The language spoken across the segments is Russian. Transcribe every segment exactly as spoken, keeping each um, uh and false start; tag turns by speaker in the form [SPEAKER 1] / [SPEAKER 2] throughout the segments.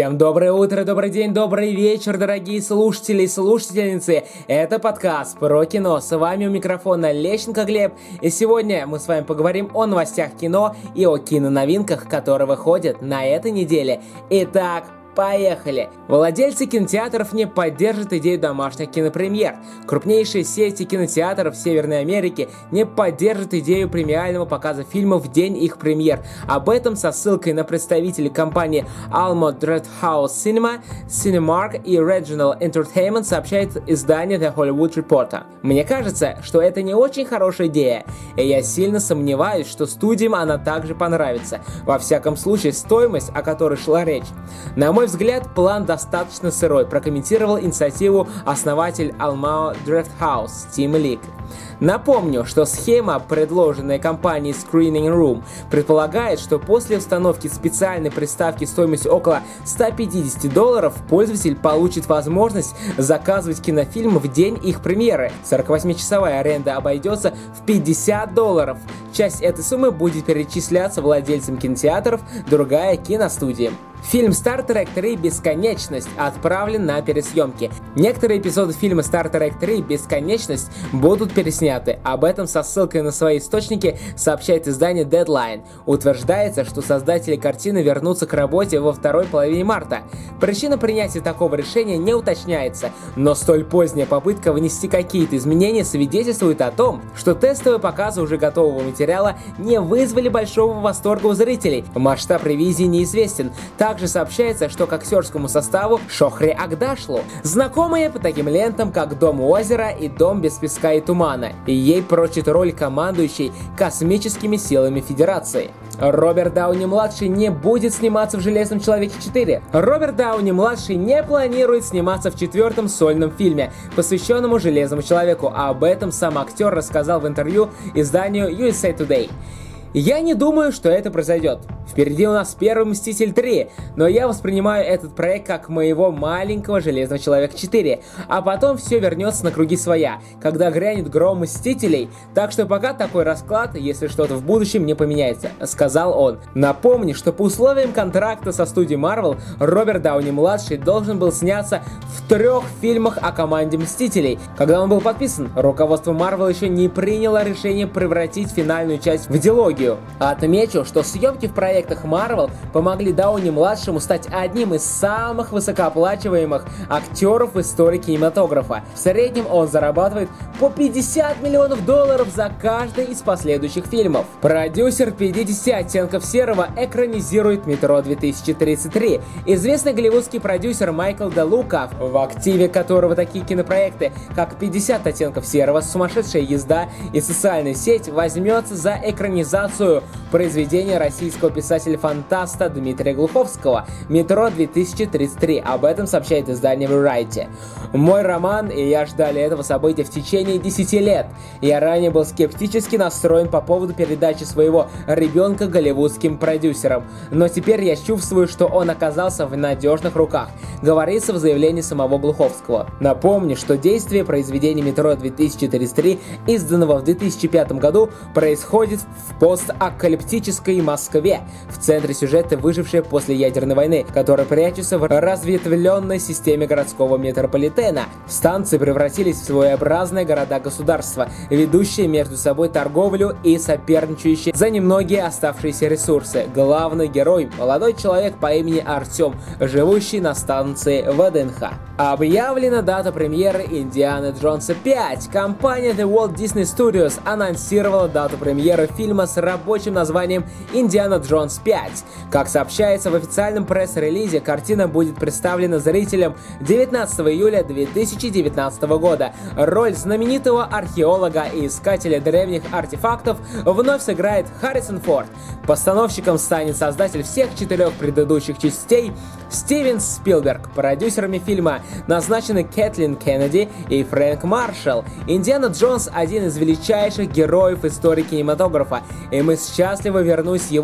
[SPEAKER 1] Всем доброе утро, добрый день, добрый вечер, дорогие слушатели и слушательницы. Это подкаст про кино. С вами у микрофона Лещенко Глеб. И сегодня мы с вами поговорим о новостях кино и о киноновинках, которые выходят на этой неделе. Итак, поехали! Владельцы кинотеатров не поддержат идею домашних кинопремьер. Крупнейшие сети кинотеатров Северной Америки не поддержат идею премиального показа фильмов в день их премьер. Об этом со ссылкой на представителей компании Alamo Drafthouse Cinema, Cinemark и Regional Entertainment сообщает издание The Hollywood Reporter. Мне кажется, что это не очень хорошая идея, и я сильно сомневаюсь, что студиям она также понравится. Во всяком случае, стоимость, о которой шла речь. На мой взгляд, план достаточно сырой, прокомментировал инициативу основатель Alamo Drafthouse Tim League. Напомню, что схема, предложенная компанией Screening Room, предполагает, что после установки специальной приставки стоимостью около ста пятидесяти долларов пользователь получит возможность заказывать кинофильмы в день их премьеры. сорокавосьмичасовая аренда обойдется в пятьдесят долларов. Часть этой суммы будет перечисляться владельцам кинотеатров, другая киностудиям. Фильм Star Trek три «Бесконечность» отправлен на пересъемки. Некоторые эпизоды фильма Star Trek три «Бесконечность» будут пересняты. Об этом со ссылкой на свои источники сообщает издание Deadline. Утверждается, что создатели картины вернутся к работе во второй половине марта. Причина принятия такого решения не уточняется, но столь поздняя попытка внести какие-то изменения свидетельствует о том, что тестовые показы уже готового материала не вызвали большого восторга у зрителей. Масштаб ревизии неизвестен. Также сообщается, что к актерскому составу Шохри Агдашлу, знакомая по таким лентам, как «Дом у озера» и «Дом без песка и тумана», и ей прочит роль командующей космическими силами Федерации. Роберт Дауни-младший не будет сниматься в «Железном человеке четыре». Роберт Дауни-младший не планирует сниматься в четвертом сольном фильме, посвященному Железному человеку. Об этом сам актер рассказал в интервью изданию ю эс эй Today. Я не думаю, что это произойдет. Впереди у нас первый «Мститель три», но я воспринимаю этот проект как моего маленького «Железного человека четыре», а потом все вернется на круги своя, когда грянет гром Мстителей, так что пока такой расклад, если что-то в будущем не поменяется, сказал он. Напомню, что по условиям контракта со студией Marvel, Роберт Дауни-младший должен был сняться в трех фильмах о команде Мстителей. Когда он был подписан, руководство Marvel еще не приняло решение превратить финальную часть в дилогию. Отмечу, что съемки в проектах Marvel помогли Дауни-младшему стать одним из самых высокооплачиваемых актеров в истории кинематографа. В среднем он зарабатывает по пятьдесят миллионов долларов за каждый из последующих фильмов. Продюсер пятидесяти оттенков серого экранизирует «Метро две тысячи тридцать три». Известный голливудский продюсер Майкл Де Лука, в активе которого такие кинопроекты, как «пятьдесят оттенков серого», «Сумасшедшая езда» и «Социальная сеть», возьмется за экранизацию произведения российского писателя-фантаста Дмитрия Глуховского «Метро две тысячи тридцать три». Об этом сообщает издание Variety. Мой роман и я ждали этого события в течение десяти лет. Я ранее был скептически настроен по поводу передачи своего ребенка голливудским продюсерам, но теперь я чувствую, что он оказался в надежных руках, говорится в заявлении самого Глуховского. Напомню, что действие произведения «Метро две тысячи тридцать три», изданного в две тысячи пятом году, происходит в постапокалиптической Москве. В центре сюжета выжившие после ядерной войны, которые прячутся в разветвленной системе городского метрополитена. Станции превратились в своеобразные города-государства, ведущие между собой торговлю и соперничающие за немногие оставшиеся ресурсы. Главный герой – молодой человек по имени Артем, живущий на станции ВДНХ. Объявлена дата премьеры «Индианы Джонса пять». Компания The Walt Disney Studios анонсировала дату премьеры фильма с рабочим названием «Индиана Джонс пять». Как сообщается в официальном пресс-релизе, картина будет представлена зрителям девятнадцатого июля две тысячи девятнадцатого года. Роль знаменитого археолога и искателя древних артефактов вновь сыграет Харрисон Форд. Постановщиком станет создатель всех четырех предыдущих частей Стивен Спилберг. Продюсерами фильма назначены Кэтлин Кеннеди и Фрэнк Маршалл. Индиана Джонс – один из величайших героев истории кинематографа, и мы счастливы вернуть его на экран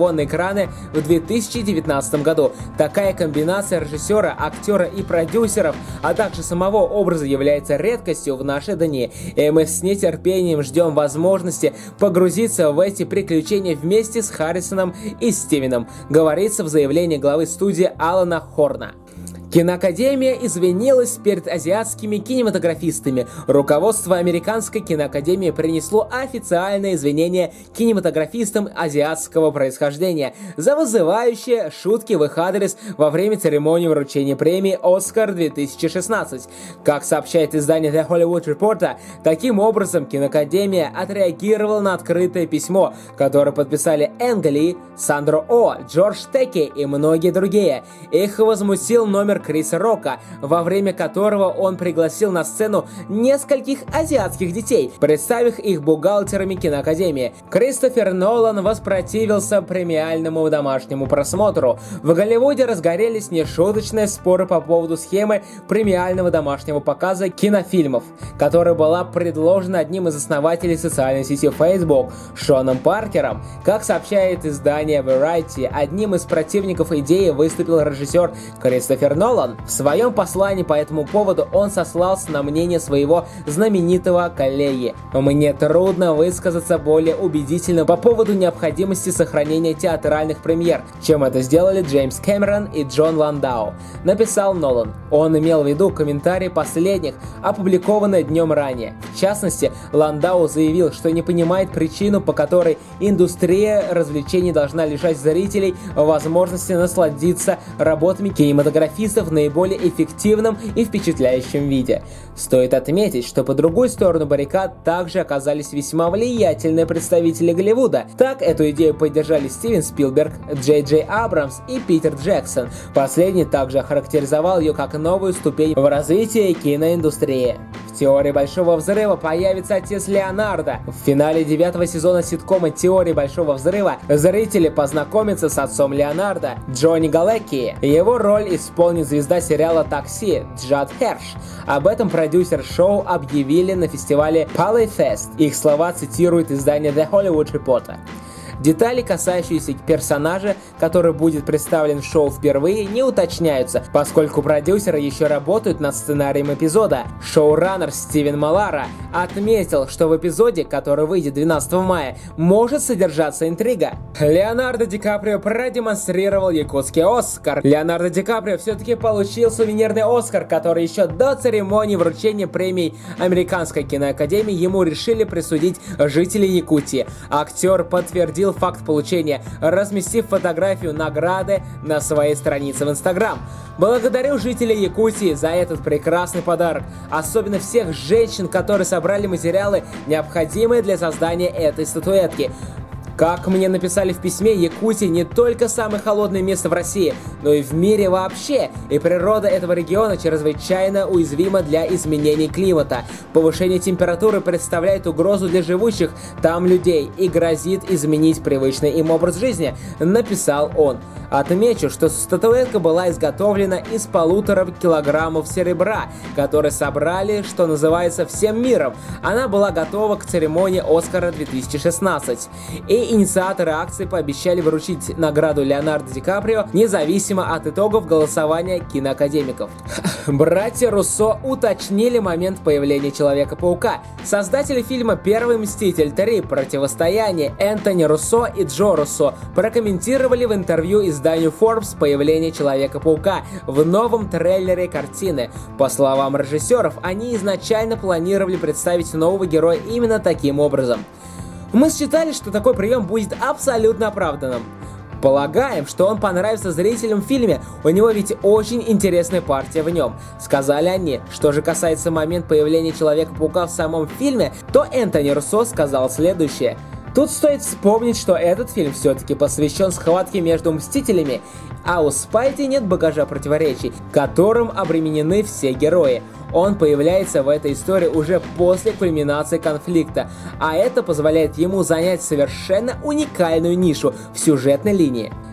[SPEAKER 1] экраны в две тысячи девятнадцатом году. Такая комбинация режиссера, актера и продюсеров, а также самого образа является редкостью в наши дни, и мы с нетерпением ждем возможности погрузиться в эти приключения вместе с Харрисоном и Стивеном, говорится в заявлении главы студии Алана Хорна. Киноакадемия извинилась перед азиатскими кинематографистами. Руководство Американской киноакадемии принесло официальное извинение кинематографистам азиатского происхождения за вызывающие шутки в их адрес во время церемонии вручения премии «Оскар две тысячи шестнадцать». Как сообщает издание The Hollywood Reporter, таким образом киноакадемия отреагировала на открытое письмо, которое подписали Энг Ли, Сандро О, Джордж Теки и многие другие. Их возмутил номер Криса Рока, во время которого он пригласил на сцену нескольких азиатских детей, представив их бухгалтерами киноакадемии. Кристофер Нолан воспротивился премиальному домашнему просмотру. В Голливуде разгорелись нешуточные споры по поводу схемы премиального домашнего показа кинофильмов, которая была предложена одним из основателей социальной сети Facebook, Шоном Паркером. Как сообщает издание Variety, одним из противников идеи выступил режиссер Кристофер Нолан. В своем послании по этому поводу он сослался на мнение своего знаменитого коллеги. «Мне трудно высказаться более убедительно по поводу необходимости сохранения театральных премьер, чем это сделали Джеймс Кэмерон и Джон Ландау», написал Нолан. Он имел в виду комментарии последних, опубликованные днем ранее. В частности, Ландау заявил, что не понимает причину, по которой индустрия развлечений должна лишать зрителей возможности насладиться работами кинематографистов в наиболее эффективном и впечатляющем виде. Стоит отметить, что по другую сторону баррикад также оказались весьма влиятельные представители Голливуда. Так, эту идею поддержали Стивен Спилберг, Джей Джей Абрамс и Питер Джексон. Последний также охарактеризовал ее как новую ступень в развитии киноиндустрии. В «Теории Большого Взрыва» появится отец Леонардо. В финале девятого сезона ситкома «Теории Большого Взрыва» зрители познакомятся с отцом Леонардо, Джонни Галекки. Его роль исполнит звезда сериала «Такси» Джад Херш. Об этом продюсер шоу объявили на фестивале Polyfest. Их слова цитирует издание The Hollywood Reporter. Детали, касающиеся персонажа, который будет представлен в шоу впервые, не уточняются, поскольку продюсеры еще работают над сценарием эпизода. Шоураннер Стивен Малара отметил, что в эпизоде, который выйдет двенадцатого мая, может содержаться интрига. Леонардо Ди Каприо продемонстрировал якутский Оскар. Леонардо Ди Каприо все-таки получил сувенирный Оскар, который еще до церемонии вручения премий Американской киноакадемии ему решили присудить жители Якутии. Актер подтвердил факт получения, разместив фотографию награды на своей странице в Инстаграм. «Благодарю жителей Якутии за этот прекрасный подарок, особенно всех женщин, которые собрали материалы, необходимые для создания этой статуэтки. Как мне написали в письме, Якутия не только самое холодное место в России, но и в мире вообще, и природа этого региона чрезвычайно уязвима для изменений климата. Повышение температуры представляет угрозу для живущих там людей и грозит изменить привычный им образ жизни», написал он. Отмечу, что статуэтка была изготовлена из полутора килограммов серебра, которые собрали, что называется, всем миром. Она была готова к церемонии Оскара две тысячи шестнадцать. И инициаторы акции пообещали вручить награду Леонардо Ди Каприо независимо от итогов голосования киноакадемиков. Братья Руссо уточнили момент появления Человека-паука. Создатели фильма «Первый Мститель три. Противостояние» Энтони Руссо и Джо Руссо прокомментировали в интервью изданию Forbes появление Человека-паука в новом трейлере картины. По словам режиссеров, они изначально планировали представить нового героя именно таким образом. «Мы считали, что такой прием будет абсолютно оправданным. Полагаем, что он понравится зрителям в фильме, у него ведь очень интересная партия в нем», сказали они. Что же касается момента появления Человека-паука в самом фильме, то Энтони Руссо сказал следующее. Тут стоит вспомнить, что этот фильм все-таки посвящен схватке между Мстителями, а у Спайди нет багажа противоречий, которым обременены все герои. Он появляется в этой истории уже после кульминации конфликта, а это позволяет ему занять совершенно уникальную нишу в сюжетной линии.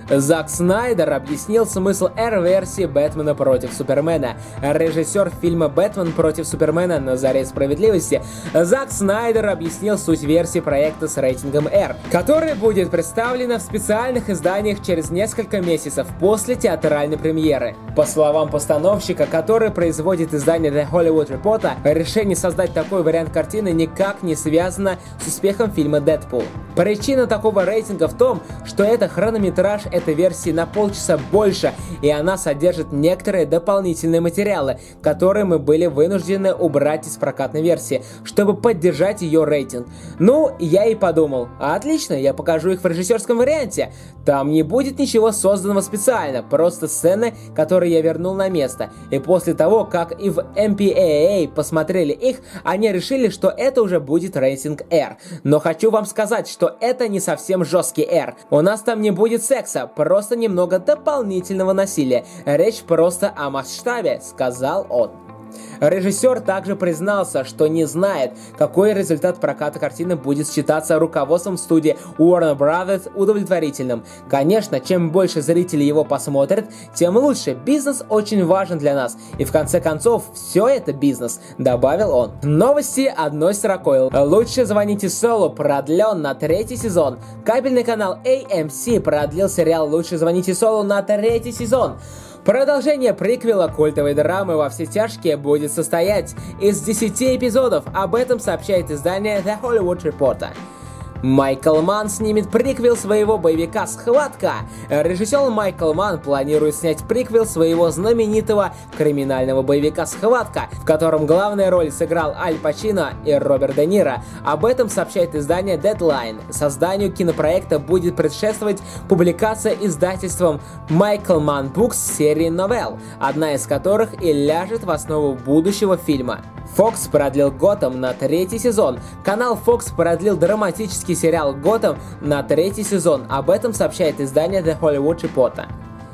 [SPEAKER 1] Зак Снайдер объяснил смысл R-версии Бэтмена против Супермена. Режиссер фильма «Бэтмен против Супермена. На заре справедливости» Зак Снайдер объяснил суть версии проекта с рейтингом R, которая будет представлена в специальных изданиях через несколько месяцев после театральной премьеры. По словам постановщика, который производит издание The Hollywood Reporter, решение создать такой вариант картины никак не связано с успехом фильма «Дэдпул». Причина такого рейтинга в том, что это хронометраж этой версии на полчаса больше, и она содержит некоторые дополнительные материалы, которые мы были вынуждены убрать из прокатной версии, чтобы поддержать ее рейтинг. Ну, я и подумал, отлично, я покажу их в режиссерском варианте. Там не будет ничего созданного специально, просто сцены, которые я вернул на место. И после того, как и в эм пи эй эй посмотрели их, они решили, что это уже будет рейтинг R. Но хочу вам сказать, что это не совсем жесткий R. У нас там не будет секса, просто немного дополнительного насилия. Речь просто о масштабе, сказал он. Режиссер также признался, что не знает, какой результат проката картины будет считаться руководством студии Warner Brothers удовлетворительным. Конечно, чем больше зрителей его посмотрят, тем лучше. Бизнес очень важен для нас. И в конце концов, все это бизнес, добавил он. Новости одной строкой. «Лучше звоните Солу» продлен на третий сезон. Кабельный канал эй эм си продлил сериал «Лучше звоните Солу» на третий сезон. Продолжение приквела культовой драмы «Во все тяжкие» будет состоять из десяти эпизодов, об этом сообщает издание The Hollywood Reporter. Майкл Манн снимет приквел своего боевика «Схватка». Режиссер Майкл Манн планирует снять приквел своего знаменитого криминального боевика «Схватка», в котором главную роль сыграл Аль Пачино и Роберт Де Ниро. Об этом сообщает издание Deadline. Созданию кинопроекта будет предшествовать публикация издательством Michael Mann Books серии новелл, одна из которых и ляжет в основу будущего фильма. Fox продлил «Готэм» на третий сезон. Канал Fox продлил драматический сериал «Готэм» на третий сезон. Об этом сообщает издание The Hollywood Reporter.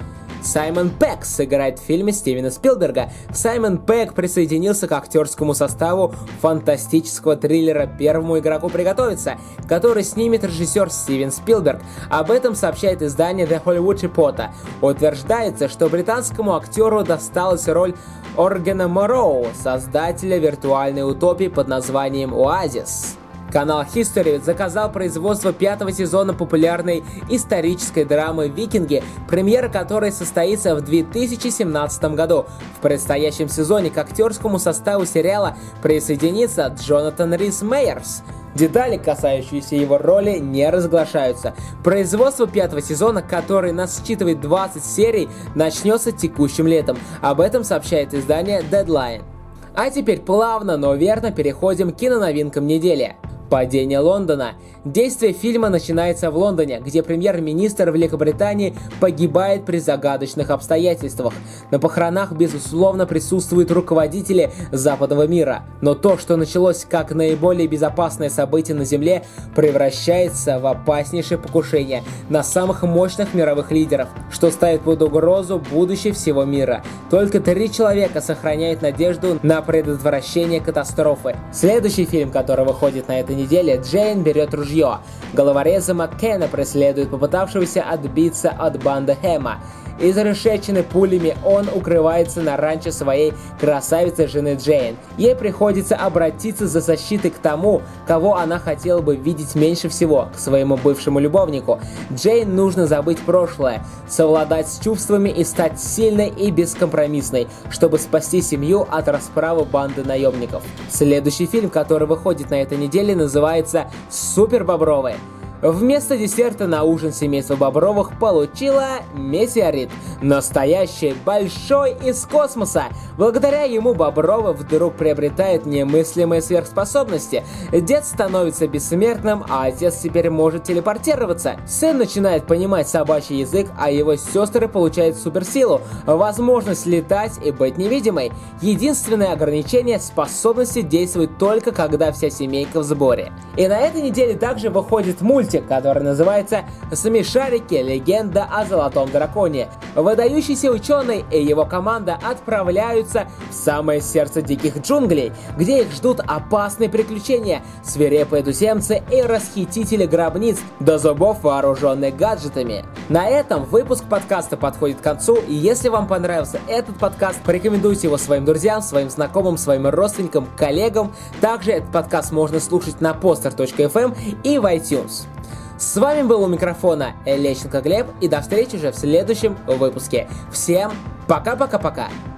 [SPEAKER 1] Саймон Пегг сыграет в фильме Стивена Спилберга. Саймон Пегг присоединился к актерскому составу фантастического триллера «Первому игроку приготовиться», который снимет режиссер Стивен Спилберг. Об этом сообщает издание The Hollywood Reporter. Утверждается, что британскому актеру досталась роль Оргена Морроу, создателя виртуальной утопии под названием «Оазис». Канал History заказал производство пятого сезона популярной исторической драмы «Викинги», премьера которой состоится в две тысячи семнадцатом году. В предстоящем сезоне к актерскому составу сериала присоединится Джонатан Рис Мейерс. Детали, касающиеся его роли, не разглашаются. Производство пятого сезона, который насчитывает двадцать серий, начнется текущим летом. Об этом сообщает издание Deadline. А теперь плавно, но верно переходим к киноновинкам недели. Падение Лондона. Действие фильма начинается в Лондоне, где премьер-министр Великобритании погибает при загадочных обстоятельствах. На похоронах, безусловно, присутствуют руководители западного мира. Но то, что началось как наиболее безопасное событие на Земле, превращается в опаснейшее покушение на самых мощных мировых лидеров, что ставит под угрозу будущее всего мира. Только три человека сохраняют надежду на предотвращение катастрофы. Следующий фильм, который выходит на этой неделе, Джейн берет ружье. Головореза Маккена преследует попытавшегося отбиться от банды Хэма. Изрешеченный пулями, он укрывается на ранчо своей красавицы жены Джейн. Ей приходится обратиться за защитой к тому, кого она хотела бы видеть меньше всего, к своему бывшему любовнику. Джейн нужно забыть прошлое, совладать с чувствами и стать сильной и бескомпромиссной, чтобы спасти семью от расправы банды наемников. Следующий фильм, который выходит на этой неделе, называется «Супер Бобровы». Вместо десерта на ужин семейство Бобровых получило метеорит. Настоящий, большой, из космоса. Благодаря ему Бобровы вдруг приобретают немыслимые сверхспособности. Дед становится бессмертным, а отец теперь может телепортироваться. Сын начинает понимать собачий язык, а его сестры получают суперсилу, возможность летать и быть невидимой. Единственное ограничение — способности действуют только когда вся семейка в сборе. И на этой неделе также выходит мультик мультик, который называется «Смешарики. Легенда о Золотом Драконе». Выдающийся ученый и его команда отправляются в самое сердце диких джунглей, где их ждут опасные приключения, свирепые туземцы и расхитители гробниц, до зубов вооруженные гаджетами. На этом выпуск подкаста подходит к концу, и если вам понравился этот подкаст, порекомендуйте его своим друзьям, своим знакомым, своим родственникам, коллегам. Также этот подкаст можно слушать на постер точка эф эм и в iTunes. С вами был у микрофона Лещенко Глеб, и до встречи уже в следующем выпуске. Всем пока-пока-пока!